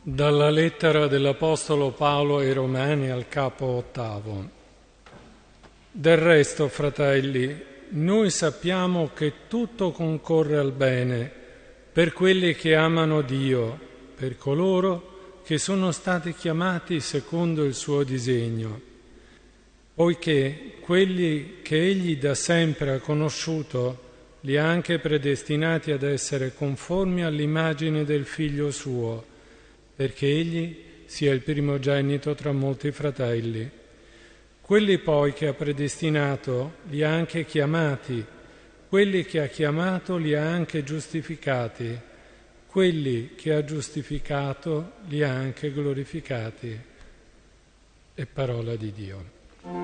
Dalla lettera dell'Apostolo Paolo ai Romani al capo 8. Del resto, fratelli, noi sappiamo che tutto concorre al bene per quelli che amano Dio, per coloro che sono stati chiamati secondo il suo disegno, poiché quelli che Egli da sempre ha conosciuto li ha anche predestinati ad essere conformi all'immagine del Figlio suo, perché Egli sia il primogenito tra molti fratelli. Quelli poi che ha predestinato li ha anche chiamati, quelli che ha chiamato li ha anche giustificati, quelli che ha giustificato li ha anche glorificati. È parola di Dio.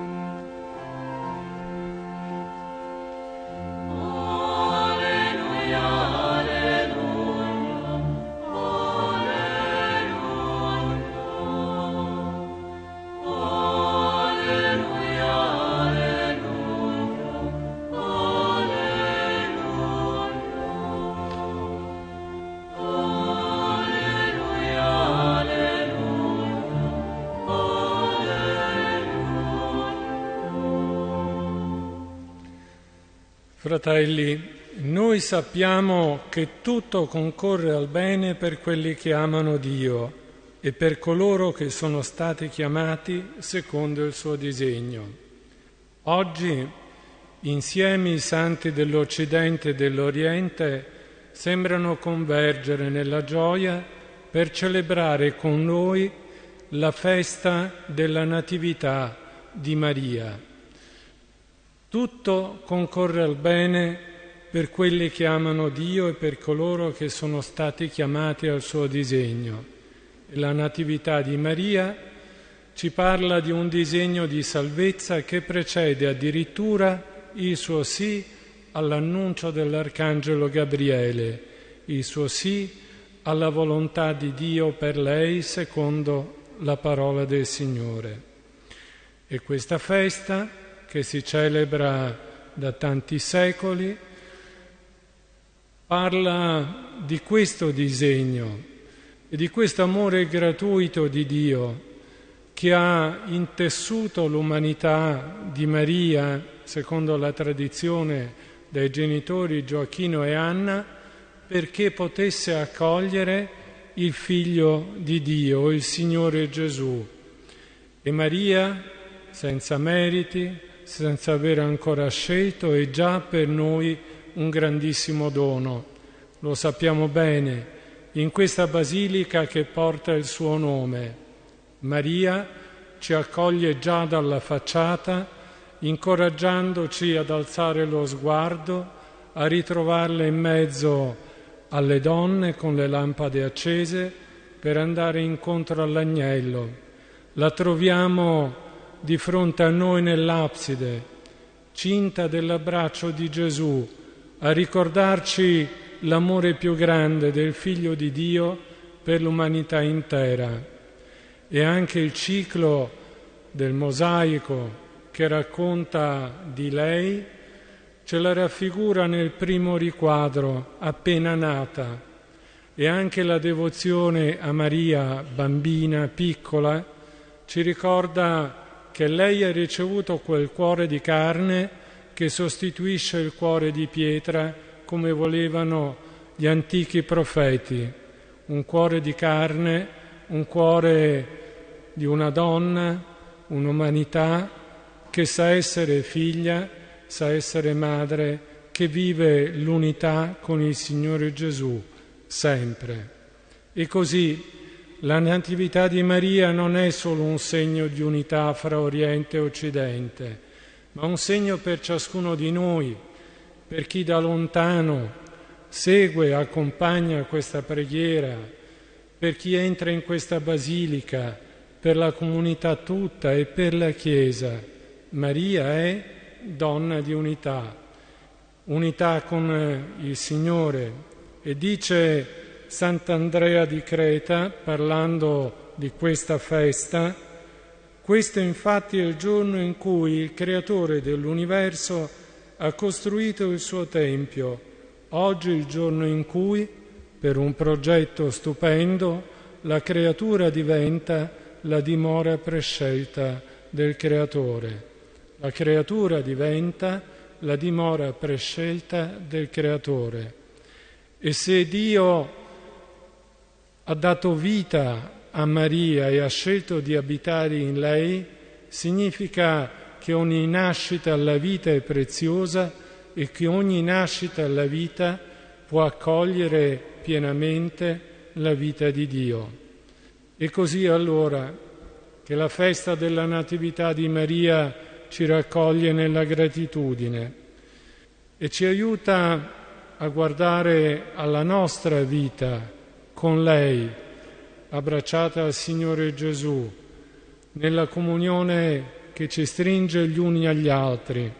Fratelli, noi sappiamo che tutto concorre al bene per quelli che amano Dio e per coloro che sono stati chiamati secondo il suo disegno. Oggi, insieme i santi dell'Occidente e dell'Oriente sembrano convergere nella gioia per celebrare con noi la festa della Natività di Maria. Tutto concorre al bene per quelli che amano Dio e per coloro che sono stati chiamati al suo disegno. E la Natività di Maria ci parla di un disegno di salvezza che precede addirittura il suo sì all'annuncio dell'Arcangelo Gabriele, il suo sì alla volontà di Dio per lei secondo la parola del Signore. E questa festa, che si celebra da tanti secoli, parla di questo disegno e di questo amore gratuito di Dio che ha intessuto l'umanità di Maria, secondo la tradizione dei genitori Gioacchino e Anna, perché potesse accogliere il Figlio di Dio, il Signore Gesù. E Maria, senza meriti, senza aver ancora scelto, è già per noi un grandissimo dono. Lo sappiamo bene in questa basilica che porta il suo nome. Maria ci accoglie già dalla facciata, incoraggiandoci ad alzare lo sguardo, a ritrovarla in mezzo alle donne con le lampade accese per andare incontro all'agnello. La troviamo di fronte a noi nell'abside, cinta dell'abbraccio di Gesù, a ricordarci l'amore più grande del Figlio di Dio per l'umanità intera. E anche il ciclo del mosaico che racconta di lei ce la raffigura nel primo riquadro, appena nata, e anche la devozione a Maria, bambina, piccola, ci ricorda che lei ha ricevuto quel cuore di carne che sostituisce il cuore di pietra come volevano gli antichi profeti, un cuore di carne, un cuore di una donna, un'umanità che sa essere figlia, sa essere madre, che vive l'unità con il Signore Gesù sempre. E così la Natività di Maria non è solo un segno di unità fra Oriente e Occidente, ma un segno per ciascuno di noi, per chi da lontano segue e accompagna questa preghiera, per chi entra in questa basilica, per la comunità tutta e per la Chiesa. Maria è donna di unità, unità con il Signore. E dice Sant'Andrea di Creta, parlando di questa festa: questo infatti è il giorno in cui il Creatore dell'universo ha costruito il suo Tempio, oggi il giorno in cui, per un progetto stupendo, la creatura diventa la dimora prescelta del Creatore. La creatura diventa la dimora prescelta del Creatore. E se Dio ha dato vita a Maria e ha scelto di abitare in lei, significa che ogni nascita alla vita è preziosa e che ogni nascita alla vita può accogliere pienamente la vita di Dio. E così allora che la festa della Natività di Maria ci raccoglie nella gratitudine e ci aiuta a guardare alla nostra vita con lei, abbracciata al Signore Gesù, nella comunione che ci stringe gli uni agli altri.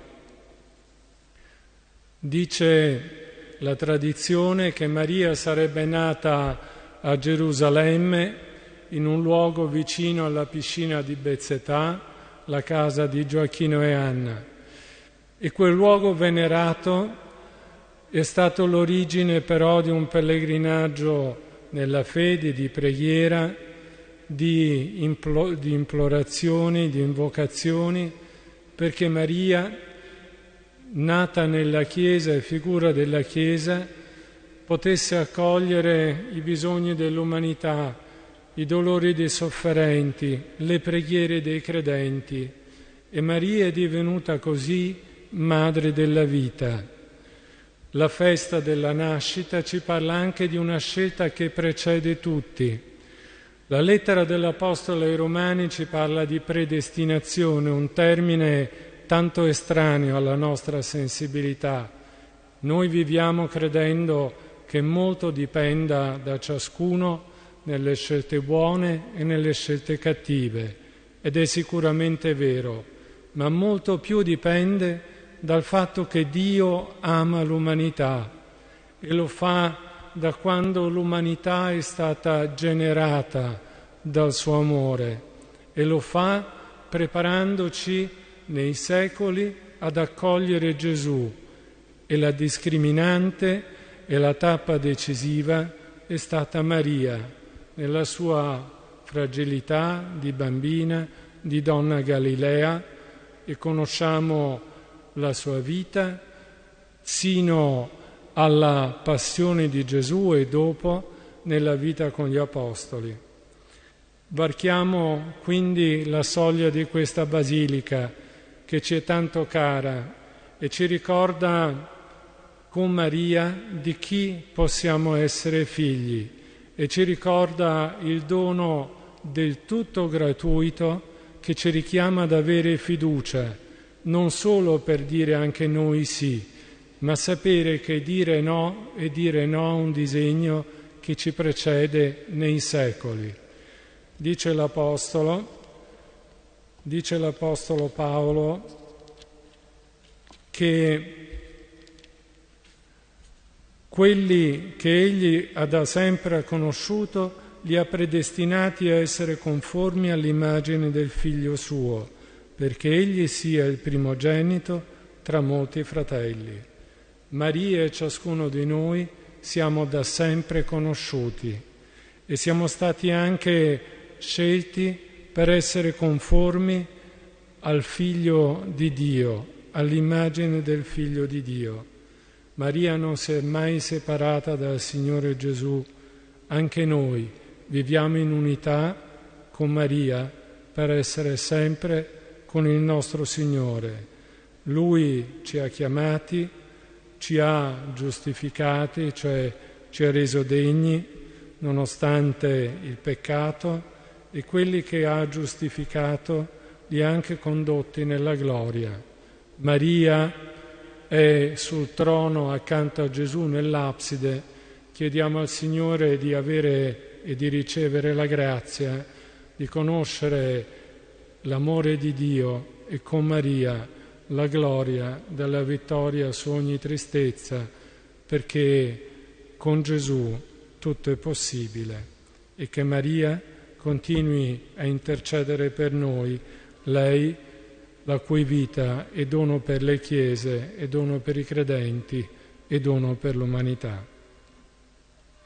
Dice la tradizione che Maria sarebbe nata a Gerusalemme, in un luogo vicino alla piscina di Bezzatà, la casa di Gioacchino e Anna. E quel luogo venerato è stato l'origine però di un pellegrinaggio nella fede, di preghiera, di implorazioni, di invocazioni, perché Maria, nata nella Chiesa e figura della Chiesa, potesse accogliere i bisogni dell'umanità, i dolori dei sofferenti, le preghiere dei credenti. E Maria è divenuta così madre della vita. La festa della nascita ci parla anche di una scelta che precede tutti. La lettera dell'Apostolo ai Romani ci parla di predestinazione, un termine tanto estraneo alla nostra sensibilità. Noi viviamo credendo che molto dipenda da ciascuno nelle scelte buone e nelle scelte cattive, ed è sicuramente vero, ma molto più dipende dal fatto che Dio ama l'umanità e lo fa da quando l'umanità è stata generata dal suo amore e lo fa preparandoci nei secoli ad accogliere Gesù, e la discriminante e la tappa decisiva è stata Maria, nella sua fragilità di bambina, di donna Galilea, e conosciamo la sua vita sino alla passione di Gesù e dopo nella vita con gli Apostoli. Varchiamo quindi la soglia di questa basilica che ci è tanto cara e ci ricorda con Maria di chi possiamo essere figli e ci ricorda il dono del tutto gratuito che ci richiama ad avere fiducia, non solo per dire anche noi sì, ma sapere che dire no è dire no a un disegno che ci precede nei secoli. Dice l'Apostolo Paolo che quelli che egli ha da sempre conosciuto li ha predestinati a essere conformi all'immagine del Figlio suo, perché egli sia il primogenito tra molti fratelli. Maria e ciascuno di noi siamo da sempre conosciuti e siamo stati anche scelti per essere conformi al Figlio di Dio, all'immagine del Figlio di Dio. Maria non si è mai separata dal Signore Gesù, anche noi viviamo in unità con Maria per essere sempre con il nostro Signore. Lui ci ha chiamati, ci ha giustificati, cioè ci ha reso degni nonostante il peccato, e quelli che ha giustificato li ha anche condotti nella gloria. Maria è sul trono accanto a Gesù nell'abside. Chiediamo al Signore di avere e di ricevere la grazia di conoscere l'amore di Dio e con Maria la gloria della vittoria su ogni tristezza, perché con Gesù tutto è possibile, e che Maria continui a intercedere per noi, lei la cui vita è dono per le chiese, è dono per i credenti, è dono per l'umanità.